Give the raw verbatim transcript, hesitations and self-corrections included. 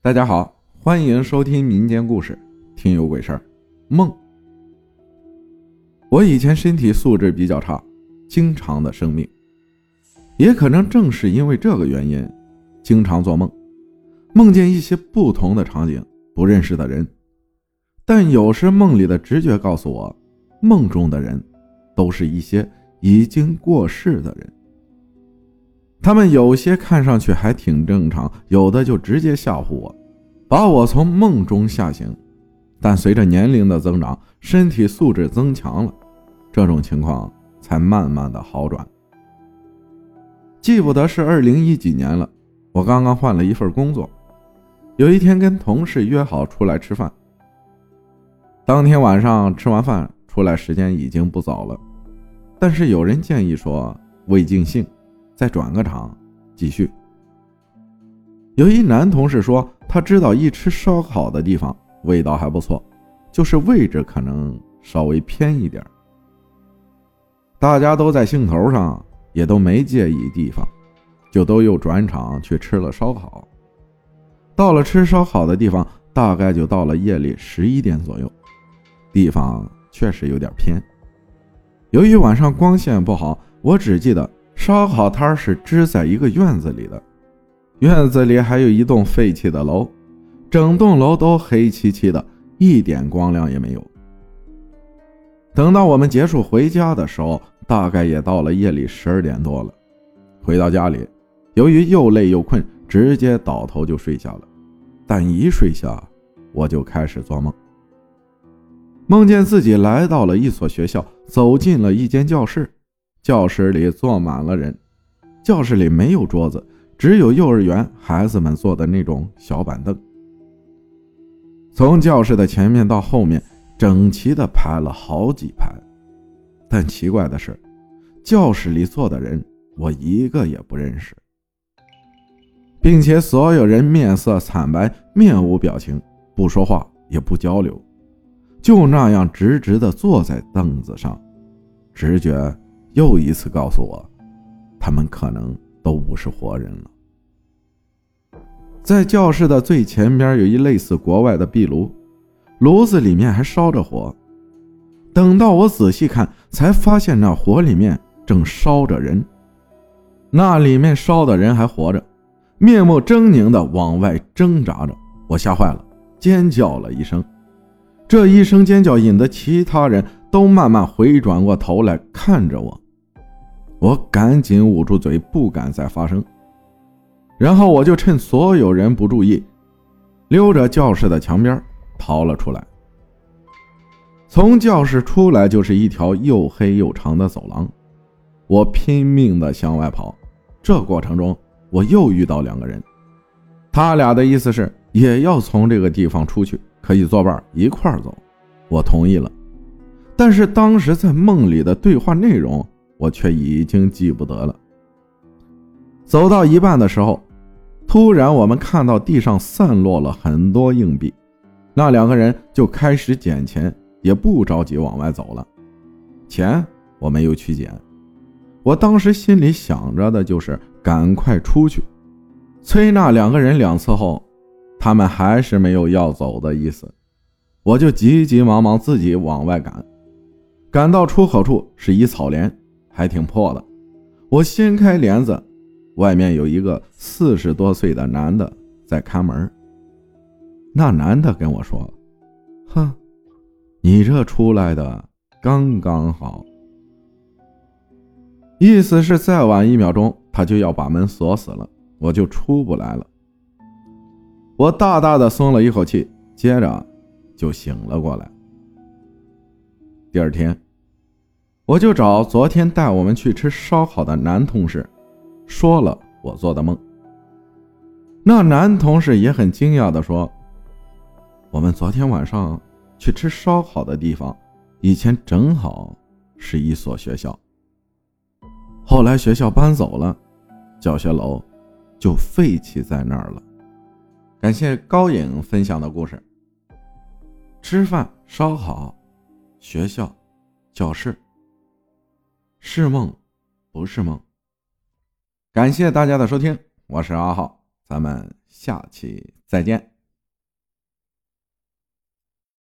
大家好，欢迎收听民间故事，听有鬼事儿。梦。我以前身体素质比较差，经常的生病，也可能正是因为这个原因，经常做梦，梦见一些不同的场景，不认识的人，但有时梦里的直觉告诉我，梦中的人都是一些已经过世的人。他们有些看上去还挺正常，有的就直接吓唬我，把我从梦中吓醒。但随着年龄的增长，身体素质增强了，这种情况才慢慢的好转。记不得是二零一几年了，我刚刚换了一份工作，有一天跟同事约好出来吃饭。当天晚上吃完饭出来时间已经不早了，但是有人建议说未尽兴，再转个场继续。有一男同事说他知道一吃烧烤的地方味道还不错，就是位置可能稍微偏一点。大家都在兴头上，也都没介意地方，就都又转场去吃了烧烤。到了吃烧烤的地方，大概就到了夜里十一点左右，地方确实有点偏。由于晚上光线不好，我只记得烧烤摊是支在一个院子里的，院子里还有一栋废弃的楼，整栋楼都黑漆漆的，一点光亮也没有。等到我们结束回家的时候，大概也到了夜里十二点多了。回到家里，由于又累又困，直接倒头就睡下了。但一睡下，我就开始做梦，梦见自己来到了一所学校，走进了一间教室，教室里坐满了人，教室里没有桌子，只有幼儿园孩子们坐的那种小板凳。从教室的前面到后面，整齐地排了好几排。但奇怪的是，教室里坐的人我一个也不认识，并且所有人面色惨白，面无表情，不说话也不交流，就那样直直地坐在凳子上。直觉又一次告诉我，他们可能都不是活人了。在教室的最前边有一类似国外的壁炉，炉子里面还烧着火。等到我仔细看，才发现那火里面正烧着人，那里面烧的人还活着，面目狰狞地往外挣扎着。我吓坏了，尖叫了一声。这一声尖叫引得其他人都慢慢回转过头来看着我，我赶紧捂住嘴，不敢再发声。然后我就趁所有人不注意，溜着教室的墙边逃了出来。从教室出来就是一条又黑又长的走廊，我拼命地向外跑。这过程中我又遇到两个人，他俩的意思是也要从这个地方出去，可以作伴一块儿走。我同意了，但是当时在梦里的对话内容我却已经记不得了。走到一半的时候，突然我们看到地上散落了很多硬币，那两个人就开始捡钱，也不着急往外走了。钱我没有去捡，我当时心里想着的就是赶快出去。催那两个人两次后，他们还是没有要走的意思，我就急急忙忙自己往外赶。赶到出口处是一草帘，还挺破的。我掀开帘子，外面有一个四十多岁的男的在看门。那男的跟我说，哼，你这出来的刚刚好。意思是再晚一秒钟他就要把门锁死了，我就出不来了。我大大的松了一口气，接着就醒了过来。第二天，我就找昨天带我们去吃烧烤的男同事说了我做的梦。那男同事也很惊讶地说，我们昨天晚上去吃烧烤的地方以前正好是一所学校，后来学校搬走了，教学楼就废弃在那儿了。感谢高颖分享的故事。吃饭、烧烤、学校、教室，是梦不是梦？感谢大家的收听，我是阿浩，咱们下期再见。